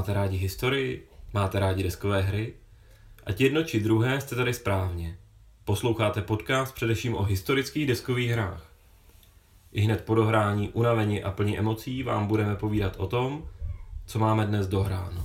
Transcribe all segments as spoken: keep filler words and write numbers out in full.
Máte rádi historii? Máte rádi deskové hry? Ať jedno či druhé jste tady správně. Posloucháte podcast především o historických deskových hrách. I hned po dohrání, unavení a plní emocí vám budeme povídat o tom, co máme dnes dohráno.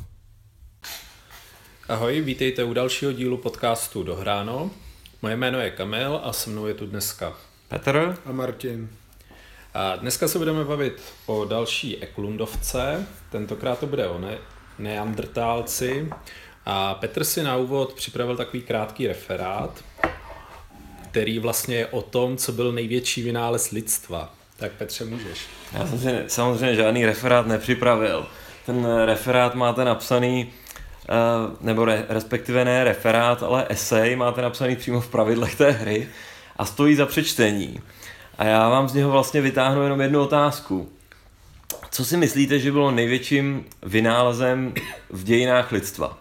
Ahoj, vítejte u dalšího dílu podcastu Dohráno. Moje jméno je Kamil a se mnou je tu dneska Petr a Martin. A dneska se budeme bavit o další Eklundovce, tentokrát to bude o ne- neandrtálci. A Petr si na úvod připravil takový krátký referát, který vlastně je o tom, co byl největší vynález lidstva. Tak Petře, můžeš. Já jsem si samozřejmě žádný referát nepřipravil. Ten referát máte napsaný, nebo re, respektive ne referát, ale esej máte napsaný přímo v pravidlech té hry a stojí za přečtení. A já vám z něho vlastně vytáhnu jenom jednu otázku. Co si myslíte, že bylo největším vynálezem v dějinách lidstva?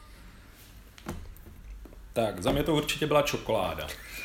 Tak, za mě to určitě byla čokoláda.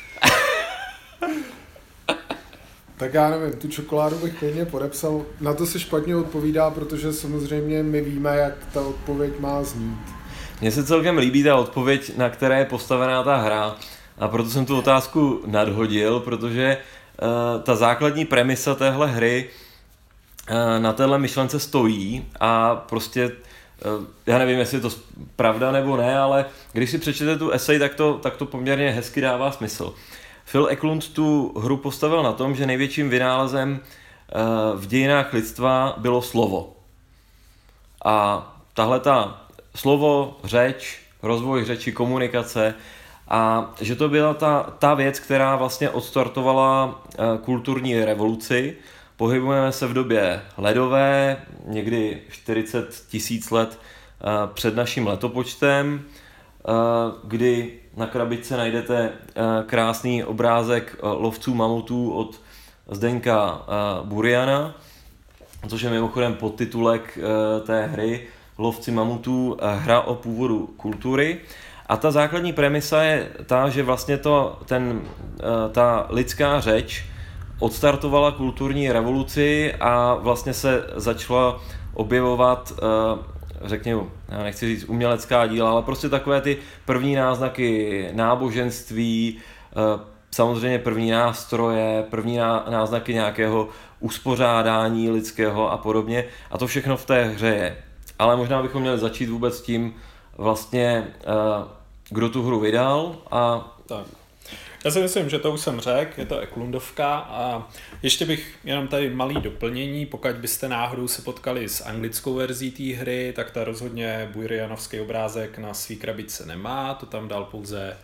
Tak já nevím, tu čokoládu bych klidně podepsal. Na to se špatně odpovídá, protože samozřejmě my víme, jak ta odpověď má znít. Mně se celkem líbí ta odpověď, na které je postavená ta hra. A proto jsem tu otázku nadhodil, protože uh, ta základní premisa téhle hry uh, na téhle myšlence stojí a prostě uh, já nevím, jestli je to pravda nebo ne, ale když si přečtete tu esej, tak to, tak to poměrně hezky dává smysl. Phil Eklund tu hru postavil na tom, že největším vynálezem uh, v dějinách lidstva bylo slovo. A tahle ta slovo, řeč, rozvoj řeči, komunikace, a že to byla ta, ta věc, která vlastně odstartovala uh, kulturní revoluci. Pohybujeme se v době ledové, někdy čtyřicet tisíc let uh, před naším letopočtem, uh, kdy na krabičce najdete uh, krásný obrázek uh, lovců mamutů od Zdeňka uh, Buriana, což je mimochodem podtitulek uh, té hry Lovci mamutů, uh, hra o původu kultury. A ta základní premisa je ta, že vlastně to, ten, ta lidská řeč odstartovala kulturní revoluci a vlastně se začala objevovat, řekněme, já nechci říct umělecká díla, ale prostě takové ty první náznaky náboženství, samozřejmě první nástroje, první náznaky nějakého uspořádání lidského a podobně. A to všechno v té hře je. Ale možná bychom měli začít vůbec tím, vlastně, kdo tu hru vydal a... Tak. Já si myslím, že to už jsem řekl, je to Eklundovka a ještě bych jenom tady malý doplnění, pokud byste náhodou se potkali s anglickou verzí té hry, tak ta rozhodně Burianovský obrázek na svý krabičce nemá, to tam dal pouze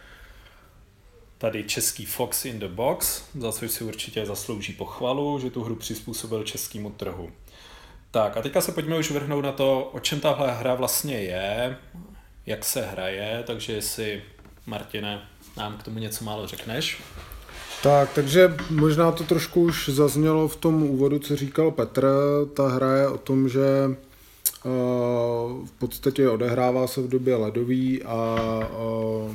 tady český Fox in the Box, za což si určitě zaslouží pochvalu, že tu hru přizpůsobil českému trhu. Tak a teďka se pojďme už vrhnout na to, o čem tahle hra vlastně je, jak se hraje, takže jestli, Martine, nám k tomu něco málo řekneš. Tak, takže možná to trošku už zaznělo v tom úvodu, co říkal Petr. Ta hra je o tom, že uh, v podstatě odehrává se v době ledový a uh,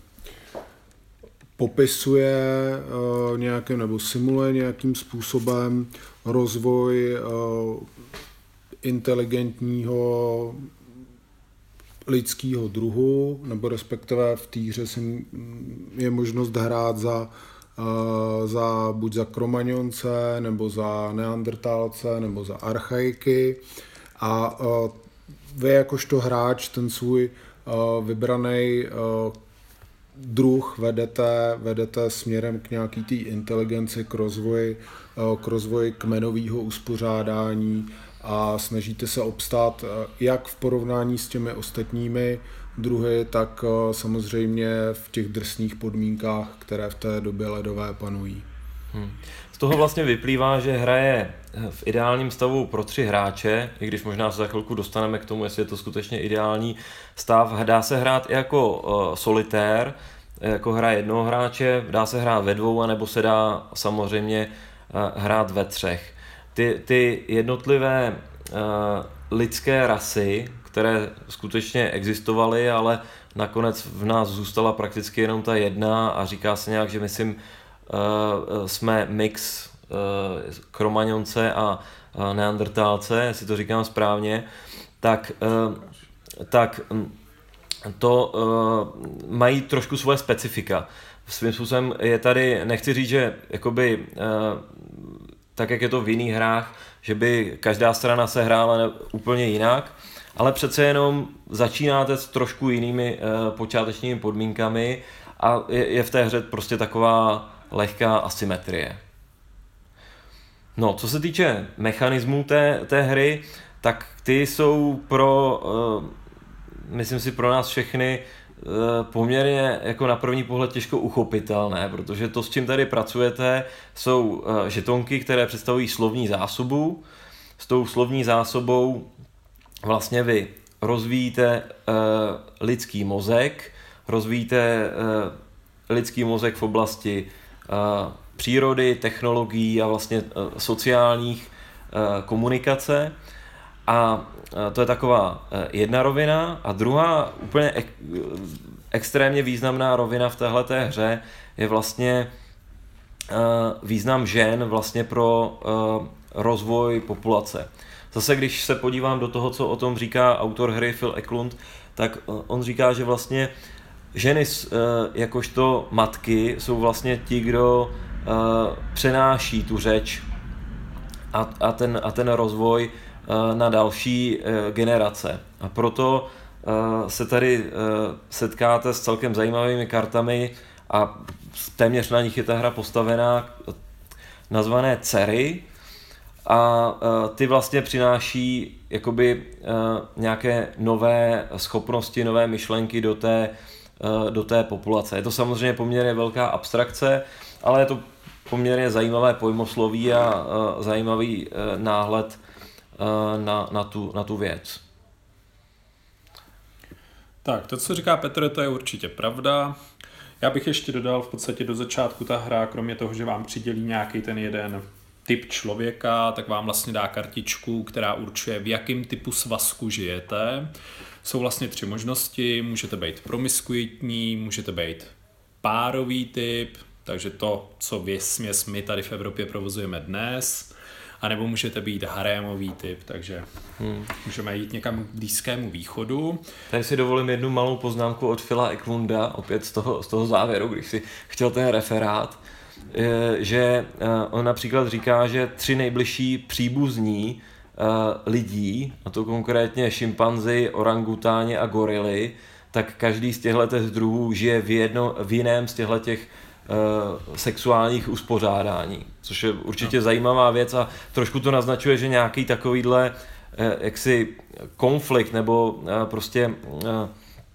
popisuje uh, nějakým, nebo simuluje nějakým způsobem rozvoj uh, inteligentního lidského druhu, nebo respektive v té hře je možnost hrát za, uh, za buď za Kromaňonce, nebo za Neandrtálce, nebo za Archaiky. A uh, vy jakožto hráč ten svůj uh, vybraný uh, druh vedete, vedete směrem k nějaký té inteligenci, k rozvoji, uh, k rozvoji kmenového uspořádání a snažíte se obstát jak v porovnání s těmi ostatními druhy, tak samozřejmě v těch drsných podmínkách, které v té době ledové panují. Hmm. Z toho vlastně vyplývá, že hra je v ideálním stavu pro tři hráče, i když možná se za chvilku dostaneme k tomu, jestli je to skutečně ideální stav. Dá se hrát i jako uh, solitér, jako hra jednoho hráče, dá se hrát ve dvou, anebo se dá samozřejmě uh, hrát ve třech. Ty, ty jednotlivé uh, lidské rasy, které skutečně existovaly, ale nakonec v nás zůstala prakticky jenom ta jedna a říká se nějak, že myslím, uh, jsme mix uh, Kromaňonce a uh, Neandrtálce, jestli to říkám správně, tak, tak to mají trošku svoje specifika. Svým způsobem je tady, nechci říct, že jakoby, tak jak je to v jiných hrách, že by každá strana se hrála úplně jinak, ale přece jenom začínáte s trošku jinými počátečními podmínkami a je, je v té hře prostě taková lehká asymetrie. No, co se týče mechanismů té, té hry, tak ty jsou pro, uh, myslím si, pro nás všechny uh, poměrně jako na první pohled těžko uchopitelné, protože to, s čím tady pracujete, jsou uh, žetonky, které představují slovní zásobu. S tou slovní zásobou vlastně vy rozvíjíte uh, lidský mozek, rozvíjíte uh, lidský mozek v oblasti uh, přírody, technologií a vlastně uh, sociálních uh, komunikace. A uh, to je taková uh, jedna rovina. A druhá úplně ek, extrémně významná rovina v téhleté hře je vlastně uh, význam žen vlastně pro uh, rozvoj populace. Zase, když se podívám do toho, co o tom říká autor hry Phil Eklund, tak uh, on říká, že vlastně ženy uh, jakožto matky jsou vlastně ti, kdo uh, přenáší tu řeč a, a, ten, a ten rozvoj uh, na další uh, generace. A proto uh, se tady uh, setkáte s celkem zajímavými kartami a téměř na nich je ta hra postavená, nazvané dcery. A uh, ty vlastně přináší jakoby uh, nějaké nové schopnosti, nové myšlenky do té do té populace. Je to samozřejmě poměrně velká abstrakce, ale je to poměrně zajímavé pojmosloví a uh, zajímavý uh, náhled uh, na, na, tu, na tu věc. Tak, to, co říká Petr, to je určitě pravda. Já bych ještě dodal v podstatě do začátku ta hra, kromě toho, že vám přidělí nějaký ten jeden typ člověka, tak vám vlastně dá kartičku, která určuje, v jakém typu svazku žijete. Jsou vlastně tři možnosti, můžete být promiskuitní, můžete být párový typ, takže to, co věsměs my tady v Evropě provozujeme dnes, anebo můžete být harémový typ, takže hmm. můžeme jít někam k Blízkému východu. Tady si dovolím jednu malou poznámku od Phila Eklunda, opět z toho, z toho závěru, když si chtěl ten referát, že on například říká, že tři nejbližší příbuzní lidí, a to konkrétně šimpanzi, orangutáni a gorily, tak každý z těchto druhů žije v, jedno, v jiném z těchto těch uh, sexuálních uspořádání, což je určitě no. zajímavá věc a trošku to naznačuje, že nějaký takovýhle uh, jaksi konflikt nebo uh, prostě uh, uh,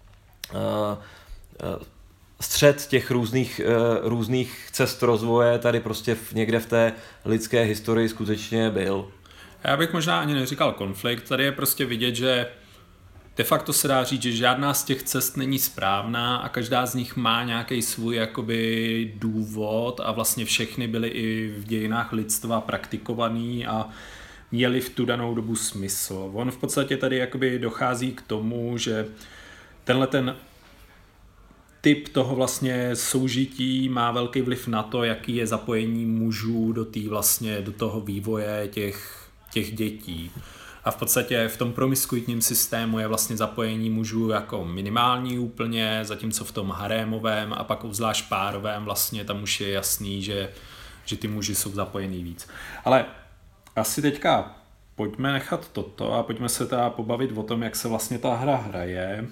uh, střed těch různých, uh, různých cest rozvoje tady prostě v, někde v té lidské historii skutečně byl. Já bych možná ani neříkal konflikt, tady je prostě vidět, že de facto se dá říct, že žádná z těch cest není správná a každá z nich má nějaký svůj jakoby důvod a vlastně všechny byly i v dějinách lidstva praktikovaný a měly v tu danou dobu smysl. On v podstatě tady jakoby dochází k tomu, že tenhle ten typ toho vlastně soužití má velký vliv na to, jaký je zapojení mužů do té vlastně, do toho vývoje těch těch dětí. A v podstatě v tom promiskuitním systému je vlastně zapojení mužů jako minimální úplně, zatímco v tom harémovém a pak obzvlášť párovém vlastně tam už je jasný, že, že ty muži jsou zapojení víc. Ale asi teďka pojďme nechat toto a pojďme se teda pobavit o tom, jak se vlastně ta hra hraje,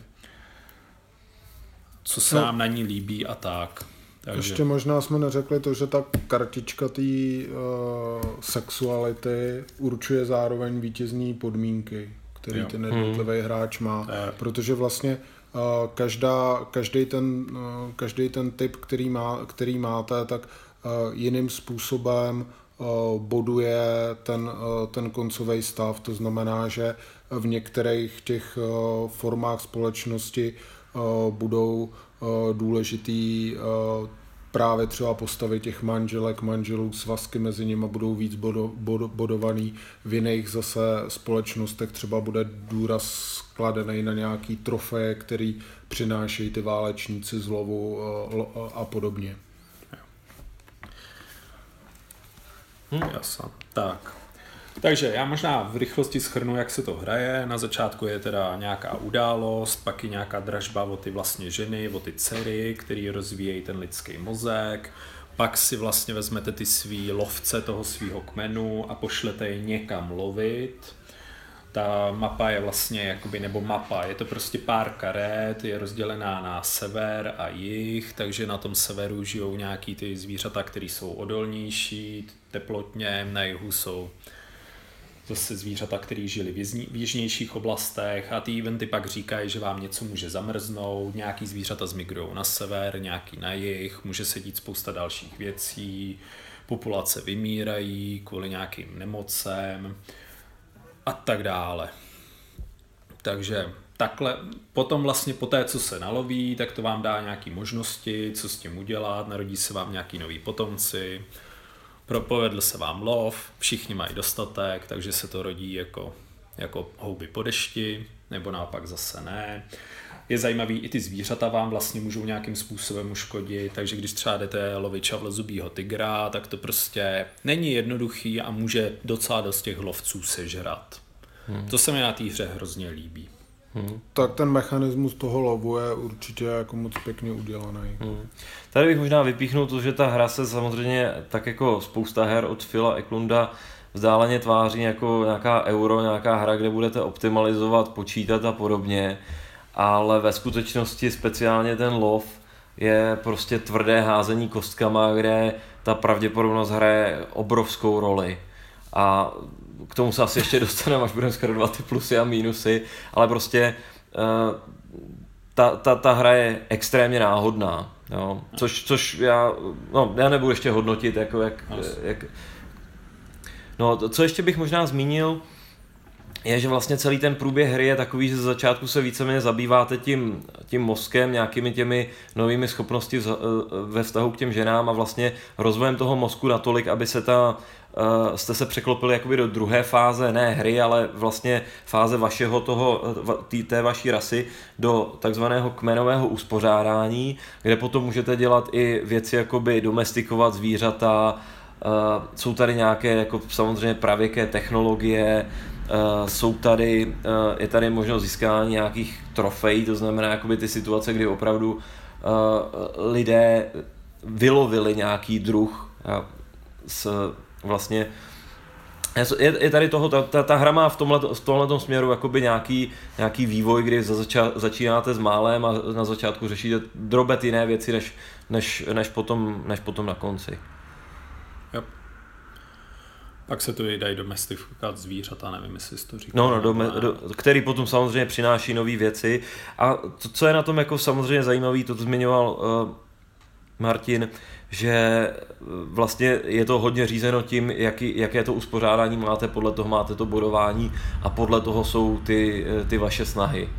co se no. nám na ní líbí a tak. Takže... Ještě možná jsme neřekli to, že ta kartička té uh, sexuality určuje zároveň vítězní podmínky, který jo. ten jednotlivý hmm. hráč má, je. Protože vlastně uh, každá, každý, ten, uh, každý ten typ, který, má, který máte, tak uh, jiným způsobem uh, boduje ten, uh, ten koncový stav. To znamená, že v některých těch uh, formách společnosti uh, budou důležitý právě třeba postavy těch manželek, manželů, svazky mezi nimi budou víc bodo, bodo, bodovaný, v jiných zase společnostech třeba bude důraz skladený na nějaký trofeje, který přinášejí ty válečníci z lovu a podobně. Hm, jasně. Tak. Takže já možná v rychlosti shrnu, jak se to hraje. Na začátku je teda nějaká událost, pak je nějaká dražba o ty vlastně ženy, o ty dcery, který rozvíjejí ten lidský mozek. Pak si vlastně vezmete ty svý lovce toho svýho kmenu a pošlete je někam lovit. Ta mapa je vlastně jakoby, nebo mapa, je to prostě pár karet, je rozdělená na sever a jih, takže na tom severu žijou nějaký ty zvířata, které jsou odolnější, teplotně, na jihu jsou zase zvířata, které žili v jižnějších oblastech a ty eventy pak říkají, že vám něco může zamrznout, nějaký zvířata zmigrujou na sever, nějaký na jih, může se dít spousta dalších věcí, populace vymírají kvůli nějakým nemocem a tak dále. Takže takhle, potom vlastně po té, co se naloví, tak to vám dá nějaké možnosti, co s tím udělat, narodí se vám nějaký noví potomci, propovedl se vám lov, všichni mají dostatek, takže se to rodí jako, jako houby po dešti, nebo naopak zase ne. Je zajímavý, i ty zvířata vám vlastně můžou nějakým způsobem uškodit, takže když třeba jdete lovit čavlezubýho tygra, tak to prostě není jednoduchý a může docela dost těch lovců sežrat. Hmm. To se mi na té hře hrozně líbí. Hmm. Tak ten mechanismus toho lovu je určitě jako moc pěkně udělaný. Hmm. Tady bych možná vypíchnul to, že ta hra se samozřejmě tak jako spousta her od Phila Eklunda vzdáleně tváří jako nějaká euro, nějaká hra, kde budete optimalizovat, počítat a podobně, ale ve skutečnosti speciálně ten lov je prostě tvrdé házení kostkama, kde ta pravděpodobnost hraje obrovskou roli. A k tomu se asi ještě dostaneme, až budeme skradovat ty plusy a mínusy, ale prostě uh, ta, ta, ta hra je extrémně náhodná, jo. Což, což já, no, já nebudu ještě hodnotit, jako jak, jak... No, to, co ještě bych možná zmínil, je, že vlastně celý ten průběh hry je takový, že ze začátku se víceméně zabýváte tím, tím mozkem, nějakými těmi novými schopnosti ve vztahu k těm ženám a vlastně rozvojem toho mozku natolik, aby se ta, uh, jste se překlopili jakoby do druhé fáze, ne hry, ale vlastně fáze vašeho toho, tý, té vaší rasy do takzvaného kmenového uspořádání, kde potom můžete dělat i věci jakoby domestikovat zvířata, uh, jsou tady nějaké jako samozřejmě pravěké technologie, Uh, jsou tady, uh, je tady možnost získání nějakých trofejí, to znamená jakoby ty situace, kdy opravdu uh, lidé vylovili nějaký druh uh, s vlastně je, je tady toho, ta, ta, ta hra má v tomhle, v tomhletom směru jakoby nějaký, nějaký vývoj, kdy za zača, začínáte s málem a na začátku řešíte drobet jiné věci, než, než, než, potom, než potom na konci. Yep. Pak se tu dají domestifikovat zvířata, nevím, jestli jsi to říkal. No, no, do, do, který potom samozřejmě přináší nové věci. A to, co je na tom jako samozřejmě zajímavé, to zmiňoval uh, Martin, že vlastně je to hodně řízeno tím, jaký, jaké to uspořádání máte, podle toho máte to bodování a podle toho jsou ty, ty vaše snahy.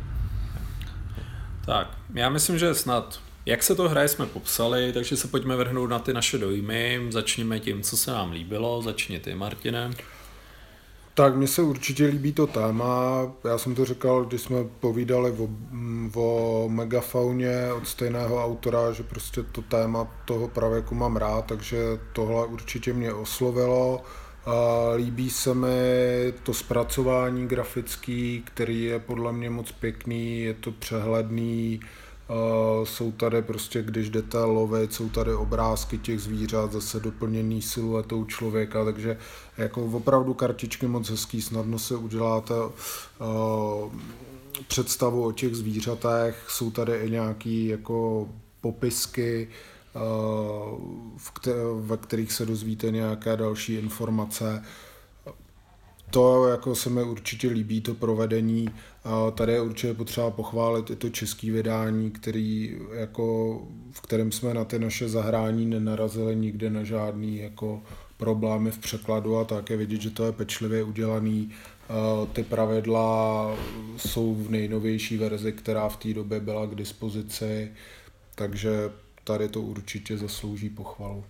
Tak, já myslím, že snad, jak se to hraje, jsme popsali, takže se pojďme vrhnout na ty naše dojmy. Začněme tím, co se nám líbilo. Začni ty, Martine. Tak mně se určitě líbí to téma. Já jsem to říkal, když jsme povídali o, o megafauně od stejného autora, že prostě to téma toho pravěku mám rád, takže tohle určitě mě oslovilo. Líbí se mi to zpracování grafický, který je podle mě moc pěkný, je to přehledný. Uh, jsou tady prostě, když jdete lovit, jsou tady obrázky těch zvířat, zase doplněný siluetou člověka, takže jako opravdu kartičky moc hezký, snadno se uděláte uh, představu o těch zvířatech, jsou tady i nějaký jako popisky, uh, v kter- ve kterých se dozvíte nějaké další informace. To jako se mi určitě líbí, to provedení. Tady je určitě potřeba pochválit i to české vydání, který jako, v kterém jsme na ty naše zahrání nenarazili nikde na žádný jako problémy v překladu a tak je vidět, že to je pečlivě udělaný. Ty pravidla jsou v nejnovější verzi, která v té době byla k dispozici, takže tady to určitě zaslouží pochvalu.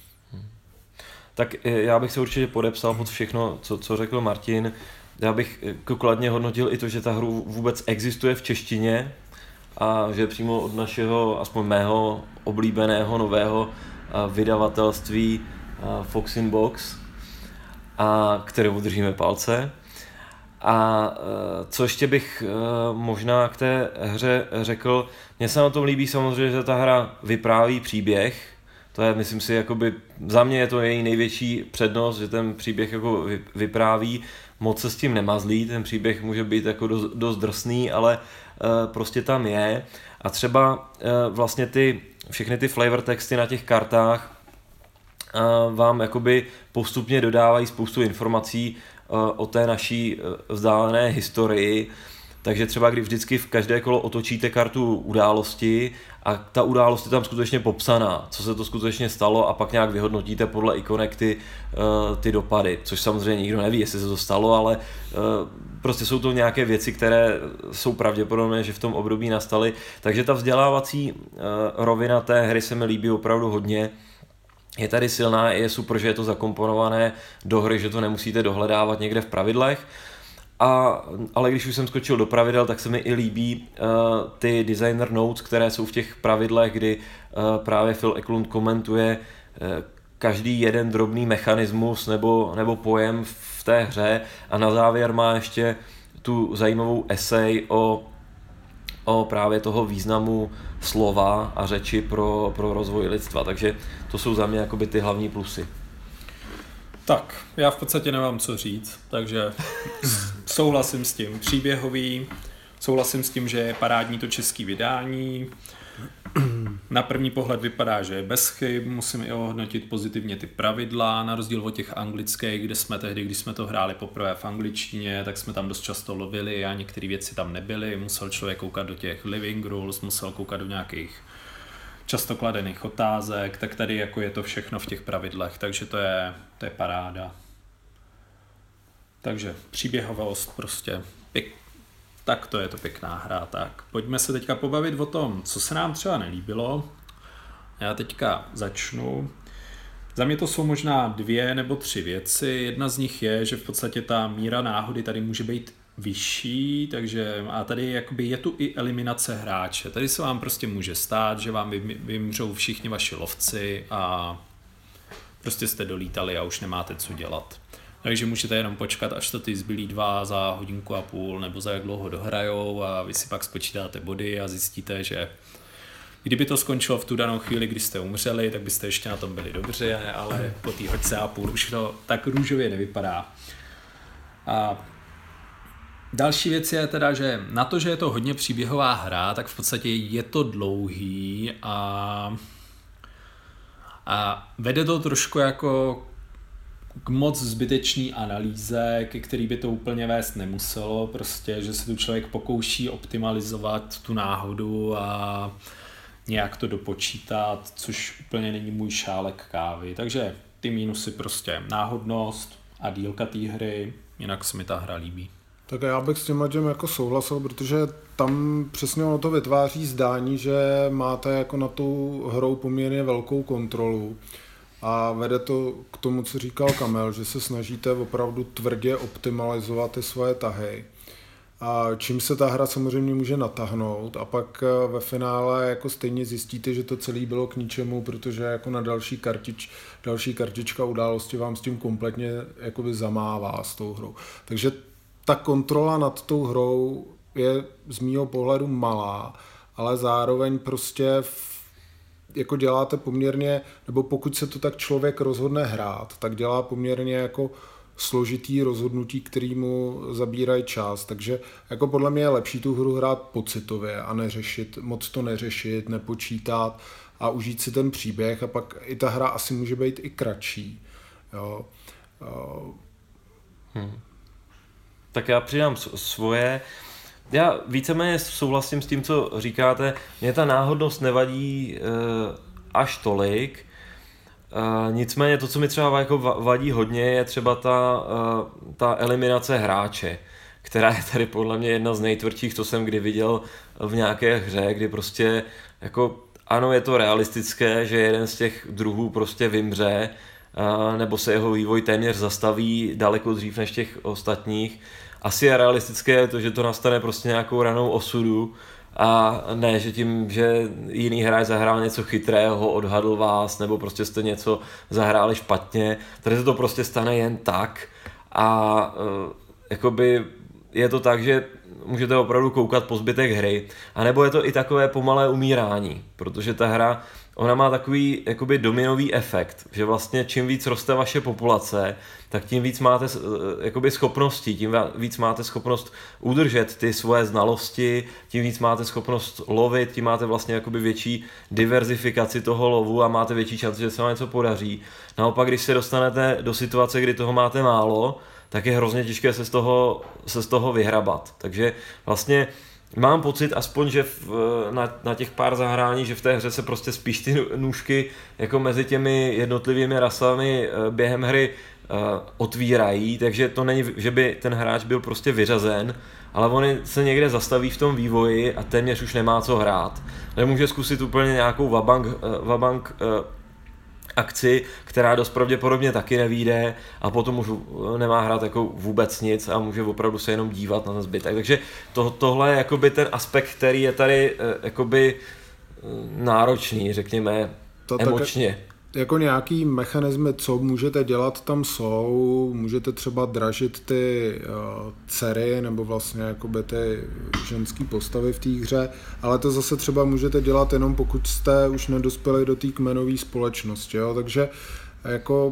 Tak já bych se určitě podepsal pod všechno, co, co řekl Martin. Já bych kladně hodnotil i to, že ta hra vůbec existuje v češtině a že přímo od našeho, aspoň mého oblíbeného nového vydavatelství Fox in Box. a kterou držíme palce. A co ještě bych možná k té hře řekl, mně se na tom líbí samozřejmě, že ta hra vypráví příběh, to je, myslím si, jakoby, za mě je to její největší přednost, že ten příběh jako vypráví, moc se s tím nemazlí, ten příběh může být jako dost, dost drsný, ale prostě tam je. A třeba vlastně ty, všechny ty flavor texty na těch kartách vám jakoby postupně dodávají spoustu informací o té naší vzdálené historii, takže třeba když vždycky v každé kolo otočíte kartu události a ta událost je tam skutečně popsaná, co se to skutečně stalo a pak nějak vyhodnotíte podle ikonek ty, ty dopady, což samozřejmě nikdo neví, jestli se to stalo, ale prostě jsou to nějaké věci, které jsou pravděpodobné, že v tom období nastaly, takže ta vzdělávací rovina té hry se mi líbí opravdu hodně. Je tady silná, je super, že je to zakomponované do hry, že to nemusíte dohledávat někde v pravidlech. A, ale když už jsem skočil do pravidel, tak se mi i líbí uh, ty designer notes, které jsou v těch pravidlech, kdy uh, právě Phil Eklund komentuje uh, každý jeden drobný mechanismus nebo, nebo pojem v té hře a na závěr má ještě tu zajímavou esej o o právě toho významu slova a řeči pro, pro rozvoj lidstva. Takže to jsou za mě jakoby ty hlavní plusy. Tak, já v podstatě nemám co říct, takže souhlasím s tím. Příběhový, souhlasím s tím, že je parádní to český vydání. Na první pohled vypadá, že je bez chyb, musím i ohodnotit pozitivně ty pravidla, na rozdíl od těch anglických, kde jsme tehdy, když jsme to hráli poprvé v angličtině, tak jsme tam dost často lovili a některé věci tam nebyly, musel člověk koukat do těch living rules, musel koukat do nějakých často kladených otázek, tak tady jako je to všechno v těch pravidlech, takže to je, to je paráda. Takže příběhovost prostě pěk. Tak to je to pěkná hra. Tak pojďme se teďka pobavit o tom, co se nám třeba nelíbilo. Já teďka začnu. Za mě to jsou možná dvě nebo tři věci. Jedna z nich je, že v podstatě ta míra náhody tady může být vyšší, takže a tady jakoby je tu i eliminace hráče. Tady se vám prostě může stát, že vám vymřou všichni vaši lovci a prostě jste dolítali a už nemáte co dělat. Takže můžete jenom počkat, až to ty zbylí dva za hodinku a půl nebo za jak dlouho dohrajou a vy si pak spočítáte body a zjistíte, že kdyby to skončilo v tu danou chvíli, kdy jste umřeli, tak byste ještě na tom byli dobře, ale po té hoďce a půl už to tak růžově nevypadá. A další věc je teda, že na to, že je to hodně příběhová hra, tak v podstatě je to dlouhý a, a vede to trošku jako k moc zbytečný analýze, ke který by to úplně vést nemuselo, prostě, že se tu člověk pokouší optimalizovat tu náhodu a nějak to dopočítat, což úplně není můj šálek kávy. Takže ty mínusy prostě náhodnost a dílka té hry, jinak se mi ta hra líbí. Tak já bych s tím těm jako souhlasil, protože tam přesně ono to vytváří zdání, že máte jako na tu hrou poměrně velkou kontrolu. A vede to k tomu, co říkal Kamil, že se snažíte opravdu tvrdě optimalizovat ty svoje tahy. A čím se ta hra samozřejmě může natáhnout a pak ve finále jako stejně zjistíte, že to celé bylo k ničemu, protože jako na další, kartič, další kartička události vám s tím kompletně jakoby zamává s tou hrou. Takže ta kontrola nad tou hrou je z mýho pohledu malá, ale zároveň prostě v jako děláte poměrně, nebo pokud se to tak člověk rozhodne hrát, tak dělá poměrně jako složitý rozhodnutí, který mu zabírají čas, takže jako podle mě je lepší tu hru hrát pocitově a neřešit, moc to neřešit, nepočítat a užít si ten příběh a pak i ta hra asi může být i kratší. Jo. Hmm. Tak já přidám svoje. Já víceméně souhlasím s tím, co říkáte. Mně ta náhodnost nevadí e, až tolik. E, nicméně to, co mi třeba jako vadí hodně, je třeba ta, e, ta eliminace hráče, která je tady podle mě jedna z nejtvrdších, co jsem kdy viděl v nějaké hře, kdy prostě jako ano, je to realistické, že jeden z těch druhů prostě vymře, e, nebo se jeho vývoj téměř zastaví daleko dřív než těch ostatních. Asi je realistické to, že to nastane prostě nějakou ranou osudu a ne, že tím, že jiný hráč zahrál něco chytrého, odhadl vás, nebo prostě jste něco zahráli špatně. Tady se to prostě stane jen tak a uh, jakoby je to tak, že můžete opravdu koukat po zbytek hry, anebo je to i takové pomalé umírání, protože ta hra, ona má takový jakoby dominový efekt, že vlastně čím víc roste vaše populace, tak tím víc máte jakoby schopností, tím víc máte schopnost udržet ty svoje znalosti, tím víc máte schopnost lovit, tím máte vlastně jakoby větší diverzifikaci toho lovu a máte větší šanci, že se vám něco podaří. Naopak, když se dostanete do situace, kdy toho máte málo, tak je hrozně těžké se z toho, se z toho vyhrabat. Takže vlastně mám pocit aspoň, že v, na, na těch pár zahrání, že v té hře se prostě spíš ty nůžky jako mezi těmi jednotlivými rasami během hry uh, otvírají, takže to není, že by ten hráč byl prostě vyřazen, ale on se někde zastaví v tom vývoji a téměř už nemá co hrát. Nemůže zkusit úplně nějakou vabank, vabank uh, akci, která dost pravděpodobně taky nevyjde a potom už nemá hrát jako vůbec nic a může opravdu se jenom dívat na ten zbytek. Takže to, tohle je jakoby ten aspekt, který je tady jakoby náročný, řekněme, to emočně. Tak, jako nějaký mechanismy, co můžete dělat, tam jsou. Můžete třeba dražit ty uh, dcery nebo vlastně jakoby ty ženský postavy v té hře, ale to zase třeba můžete dělat jenom pokud jste už nedospěli do té kmenové společnosti. Jo? Takže jako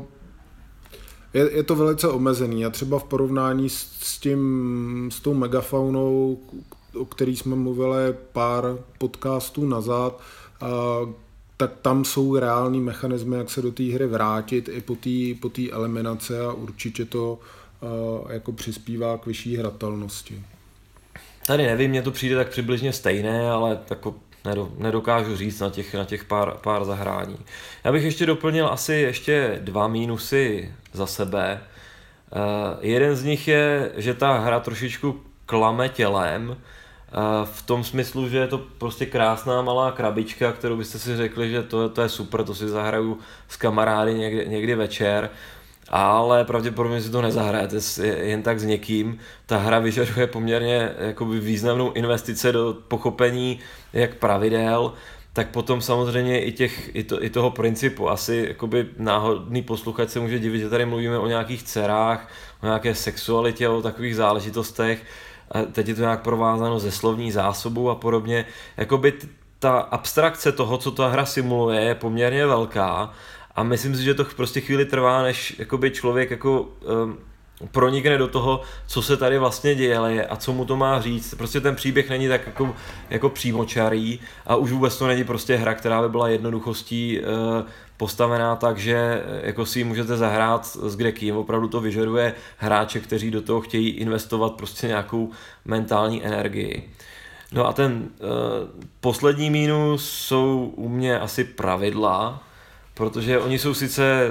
je, je to velice omezený a třeba v porovnání s, s tím, s tou megafaunou, o který jsme mluvili pár podcastů nazad, uh, tak tam jsou reální mechanismy, jak se do té hry vrátit i po té po té eliminaci a určitě to uh, jako přispívá k vyšší hratelnosti. Tady nevím, mně to přijde tak přibližně stejné, ale tako nedokážu říct na těch, na těch pár, pár zahrání. Já bych ještě doplnil asi ještě dva mínusy za sebe. Uh, jeden z nich je, že ta hra trošičku klame tělem, v tom smyslu, že je to prostě krásná malá krabička, kterou byste si řekli, že to, to je super, to si zahraju s kamarády někdy, někdy večer, ale pravděpodobně si to nezahrajete jen tak s někým. Ta hra vyžaduje poměrně jakoby významnou investici do pochopení jak pravidel, tak potom samozřejmě i, těch, i, to, i toho principu. Asi jakoby náhodný posluchač se může divit, že tady mluvíme o nějakých dcerách, o nějaké sexualitě, o takových záležitostech. A teď je to nějak provázáno ze slovní zásobou a podobně. Jakoby ta abstrakce toho, co ta hra simuluje, je poměrně velká a myslím si, že to prostě chvíli trvá, než jakoby člověk jako um, pronikne do toho, co se tady vlastně děje a co mu to má říct. Prostě ten příběh není tak jako, jako přímočarý a už vůbec to není prostě hra, která by byla jednoduchostí uh, postavená tak, že jako si ji můžete zahrát s kdekým. Opravdu to vyžaduje hráče, kteří do toho chtějí investovat prostě nějakou mentální energii. No a ten uh, poslední mínus jsou u mě asi pravidla, protože oni jsou sice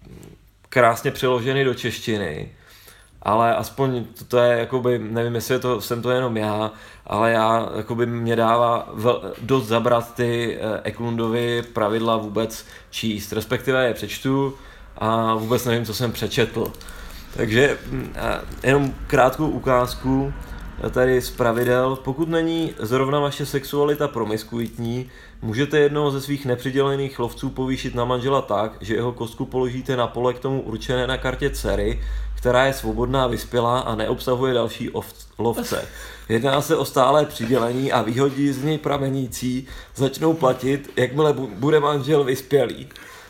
krásně přeloženy do češtiny, ale aspoň to, to je, jakoby, nevím, jestli je to, jsem to jenom já, ale já, jakoby, mě dává vel, dost zabrat ty eh, Eklundovy pravidla vůbec číst, respektive je přečtu a vůbec nevím, co jsem přečetl. Takže eh, jenom krátkou ukázku tady z pravidel. Pokud není zrovna vaše sexualita promiskuitní, můžete jednoho ze svých nepřidělených lovců povýšit na manžela tak, že jeho kostku položíte na pole k tomu určené na kartě dcery, která je svobodná, vyspělá a neobsahuje další lovce. Jedná se o stálé přidělení a výhody z něj pramenící začnou platit, jakmile bude manžel vyspělý.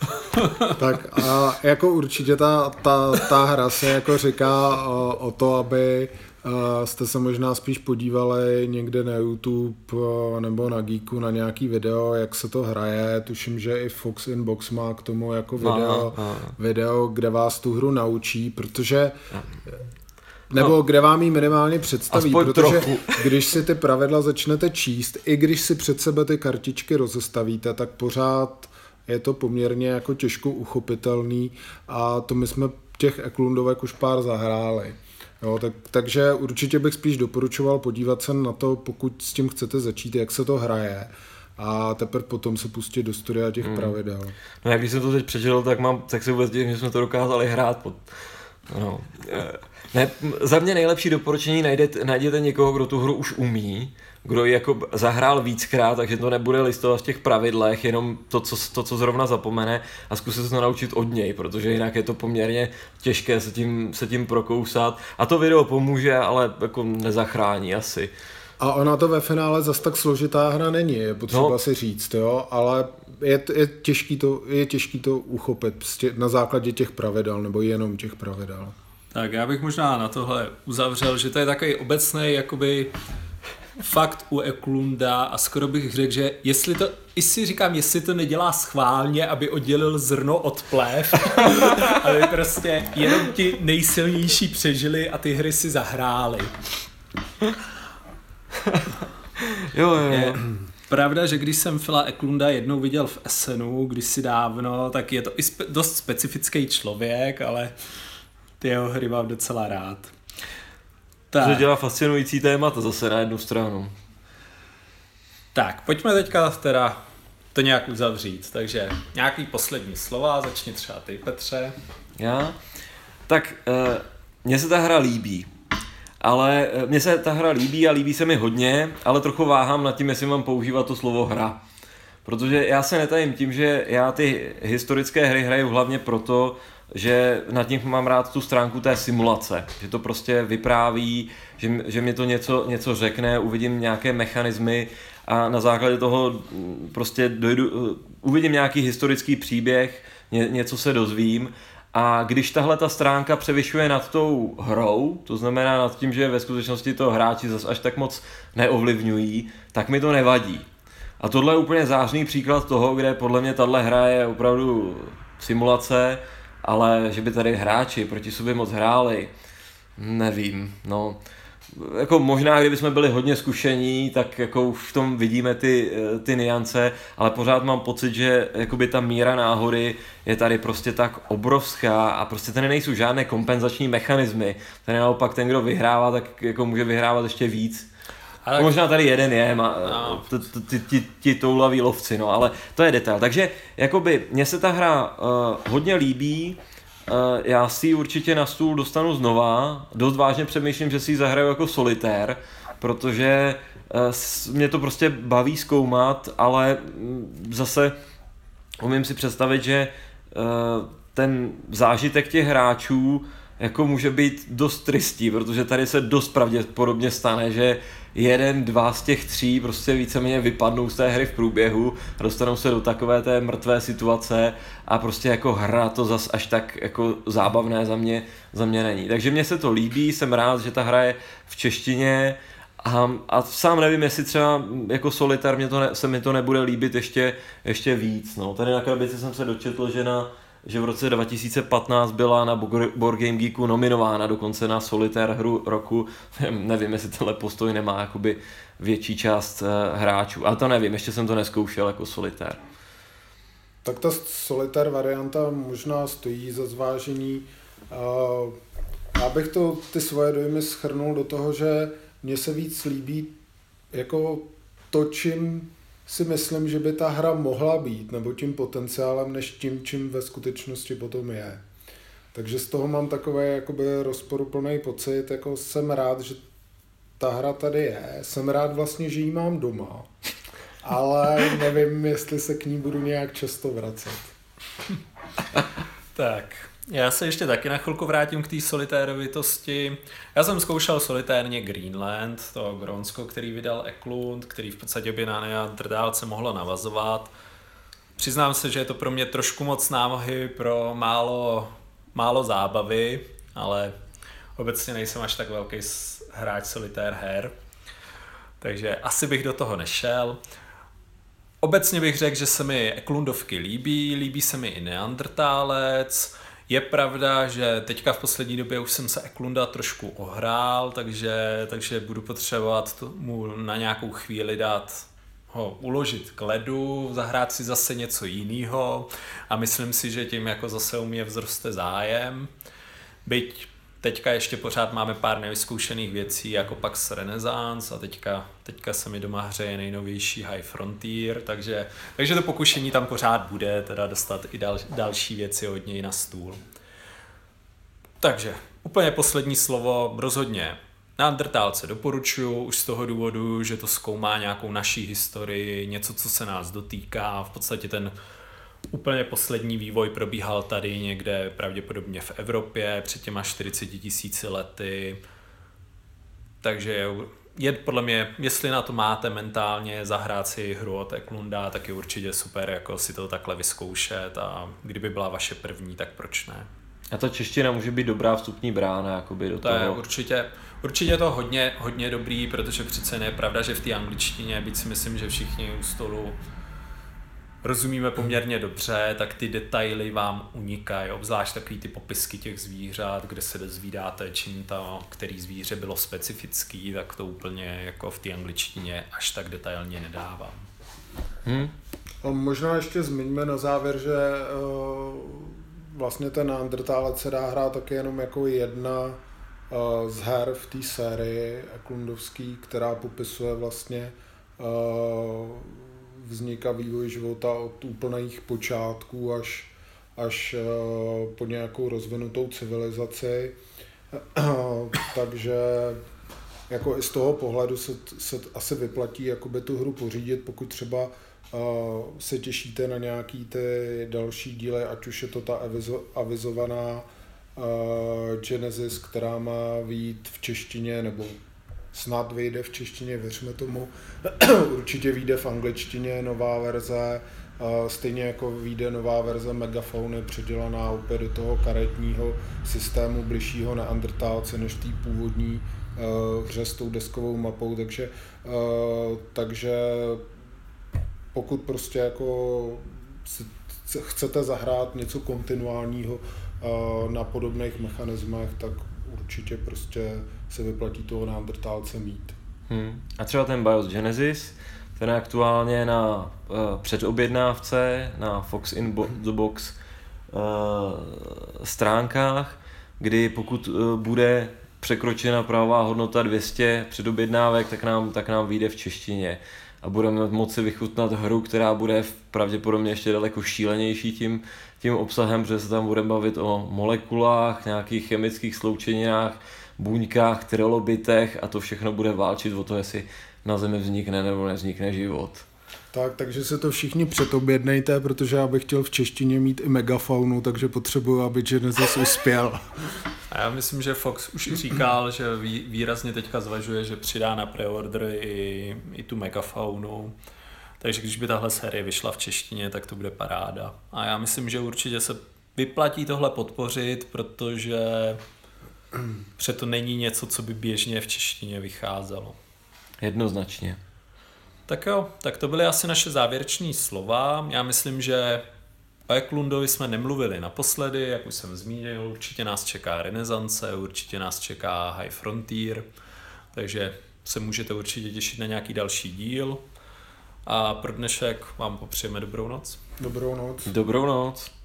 Tak a jako určitě ta, ta, ta hra se jako říká o, o to, aby Uh, jste se možná spíš podívali někde na YouTube uh, nebo na Geeku na nějaký video, jak se to hraje. Tuším, že i Fox Inbox má k tomu jako video, aha, aha. video kde vás tu hru naučí, protože nebo no, kde vám ji minimálně představí, protože trochu. Když si ty pravidla začnete číst, i když si před sebe ty kartičky rozestavíte, tak pořád je to poměrně jako těžko uchopitelný a to my jsme těch Eklundovek už pár zahráli. Jo, tak, takže určitě bych spíš doporučoval podívat se na to, pokud s tím chcete začít, jak se to hraje a teprve potom se pustit do studia těch hmm. pravidel. No jak když jsem to teď přečetl, tak, mám, tak si vůbec divím, že jsme to dokázali hrát. Pod... No. Ne, za mě nejlepší doporučení najděte, najděte někoho, kdo tu hru už umí, kdo ji jako zahrál víckrát, takže to nebude listovat v těch pravidlech, jenom to, co, to, co zrovna zapomene a zkusit se to naučit od něj, protože jinak je to poměrně těžké se tím, se tím prokousat a to video pomůže, ale jako nezachrání asi. A ona to ve finále zas tak složitá hra není, je potřeba no. si říct, jo, ale je, je, těžký to, je těžký to uchopit na základě těch pravidel, nebo jenom těch pravidel. Tak já bych možná na tohle uzavřel, že to je takový obecný jakoby fakt u Eklunda a skoro bych řekl, že jestli to, i si říkám, jestli to nedělá schválně, aby oddělil zrno od plév, aby prostě jenom ti nejsilnější přežili a ty hry si zahráli. Jo, jo, jo. Pravda, že když jsem Phila Eklunda jednou viděl v Essenu, kdysi dávno, tak je to i spe- dost specifický člověk, ale ty jeho hry mám docela rád. Tak. To dělá fascinující témata zase na jednu stranu. Tak, pojďme teďka teda to nějak uzavřít. Takže nějaký poslední slova, začni třeba ty, Petře. Já? Tak uh, mně se ta hra líbí. Ale mně se ta hra líbí a líbí se mi hodně, ale trochu váhám nad tím, jestli mám používat to slovo hra. Protože já se netajím tím, že já ty historické hry hraju hlavně proto, že nad nich mám rád tu stránku té simulace. Že to prostě vypráví, že, že mě to něco, něco řekne, uvidím nějaké mechanismy a na základě toho prostě dojdu, uvidím nějaký historický příběh, ně, něco se dozvím. A když tahle ta stránka převyšuje nad tou hrou, to znamená nad tím, že ve skutečnosti to hráči zas až tak moc neovlivňují, tak mi to nevadí. A tohle je úplně zářný příklad toho, kde podle mě tahle hra je opravdu simulace, ale že by tady hráči proti sobě moc hráli, nevím, no. Jako možná, kdybychom byli hodně zkušení, tak jako už v tom vidíme ty, ty niance, ale pořád mám pocit, že jakoby ta míra náhody je tady prostě tak obrovská a prostě tady nejsou žádné kompenzační mechanismy. Tady naopak ten, kdo vyhrává, tak jako může vyhrávat ještě víc. Ale... Možná tady jeden je, má, no. ti, ti, ti toulaví lovci, no, ale to je detail. Takže jakoby mně se ta hra uh, hodně líbí. Já si ji určitě na stůl dostanu znova, dost vážně přemýšlím, že si ji zahraju jako solitér, protože mě to prostě baví zkoumat, ale zase umím si představit, že ten zážitek těch hráčů jako může být dost tristý, protože tady se dost pravděpodobně stane, že jeden, dva z těch tří prostě víceméně vypadnou z té hry v průběhu a dostanou se do takové té mrtvé situace a prostě jako hra to zas až tak jako zábavné za mě, za mě není. Takže mně se to líbí, jsem rád, že ta hra je v češtině a, a sám nevím, jestli třeba jako solitér mě to ne, se mi to nebude líbit ještě, ještě víc. No. Tady na krabici jsem se dočetl, že na že v roce dva tisíce patnáct byla na Board Game Geeku nominována dokonce na solitér hru roku. Nevím, jestli tenhle postoj nemá jakoby větší část hráčů, ale to nevím, ještě jsem to neskoušel jako solitér. Tak ta solitér varianta možná stojí za zvážení. Já bych to, ty svoje dojmy shrnul do toho, že mně se víc líbí jako to, čím si myslím, že by ta hra mohla být, nebo tím potenciálem, než tím, čím ve skutečnosti potom je. Takže z toho mám takový jakoby rozporuplný pocit, jako jsem rád, že ta hra tady je, jsem rád vlastně, že ji mám doma, ale nevím, jestli se k ní budu nějak často vracet. Tak, já se ještě taky na chvilku vrátím k té solitérovitosti. Já jsem zkoušel solitérně Greenland, to Grónsko, který vydal Eklund, který v podstatě by na Neandertálce mohlo navazovat. Přiznám se, že je to pro mě trošku moc námahy pro málo, málo zábavy, ale obecně nejsem až tak velký hráč solitér her, takže asi bych do toho nešel. Obecně bych řekl, že se mi Eklundovky líbí, líbí se mi i Neandertálec. Je pravda, že teďka v poslední době už jsem se Eklunda trošku ohrál, takže, takže budu potřebovat mu na nějakou chvíli dát ho uložit k ledu, zahrát si zase něco jiného a myslím si, že tím jako zase u mě vzroste zájem. Byť teďka ještě pořád máme pár nevyzkoušených věcí, jako Pax Renaissance a teďka, teďka se mi doma hřeje nejnovější High Frontier, takže, takže to pokušení tam pořád bude, teda dostat i dal, další věci od něj na stůl. Takže úplně poslední slovo, rozhodně Neandertálce doporučuju už z toho důvodu, že to zkoumá nějakou naší historii, něco, co se nás dotýká. V podstatě ten úplně poslední vývoj probíhal tady někde pravděpodobně v Evropě před těma čtyřiceti tisíci lety. Takže je podle mě, jestli na to máte mentálně zahrát si hru od Eklunda, tak je určitě super jako si to takhle vyzkoušet a kdyby byla vaše první, tak proč ne? A ta čeština může být dobrá vstupní brána jakoby do to toho. Je určitě, určitě to hodně, hodně dobrý, protože přece je pravda, že v té angličtině, byť si myslím, že všichni u stolu rozumíme poměrně dobře, tak ty detaily vám unikají, obzvlášť takový ty popisky těch zvířat, kde se dozvídáte, čím to, který zvíře bylo specifický, tak to úplně jako v té angličtině až tak detailně nedávám. Hmm. Možná ještě zmiňme na závěr, že vlastně ten Neandertálec se dá hrát taky jenom jako jedna z her v té sérii eklundovský, která popisuje vlastně vznik a vývoj života od úplných počátků až, až po nějakou rozvinutou civilizaci. Takže jako i z toho pohledu se, se asi vyplatí jakoby tu hru pořídit, pokud třeba se těšíte na nějaký ty další díly, ať už je to ta avizo, avizovaná Genesis, která má vyjít v češtině, nebo snad vyjde v češtině, věřme tomu. Určitě vyjde v angličtině nová verze, stejně jako vyjde nová verze Megafony, předělaná opět do toho karetního systému bližšího Neandertálce než té původní hře s tou deskovou mapou, takže, takže pokud prostě jako chcete zahrát něco kontinuálního na podobných mechanismech, tak určitě prostě se vyplatí toho Neandertálce mít. Hmm. A třeba ten BIOS Genesis, ten je aktuálně na uh, předobjednávce na Fox in Bo- the Box uh, stránkách, kdy pokud uh, bude překročena pravá hodnota dvě stě předobjednávek, tak nám, tak nám vyjde v češtině. A budeme moci vychutnat hru, která bude pravděpodobně ještě daleko šílenější tím, tím obsahem, protože se tam budeme bavit o molekulách, nějakých chemických sloučeninách, buňkách, trilobitech a to všechno bude válčit o to, jestli na Zemi vznikne nebo nevznikne život. Tak, takže se to všichni předobjednejte, protože já bych chtěl v češtině mít i megafaunu, takže potřebuji, aby Genesis uspěl. A já myslím, že Fox už říkal, že výrazně teďka zvažuje, že přidá na preorder i, i tu megafaunu. Takže když by tahle série vyšla v češtině, tak to bude paráda. A já myslím, že určitě se vyplatí tohle podpořit, protože to není něco, co by běžně v češtině vycházelo. Jednoznačně. Tak jo, tak to byly asi naše závěrečné slova. Já myslím, že o Eklundovi jsme nemluvili naposledy, jak už jsem zmínil, určitě nás čeká Renesance, určitě nás čeká High Frontier, takže se můžete určitě těšit na nějaký další díl. A pro dnešek vám popřejeme dobrou noc. Dobrou noc. Dobrou noc.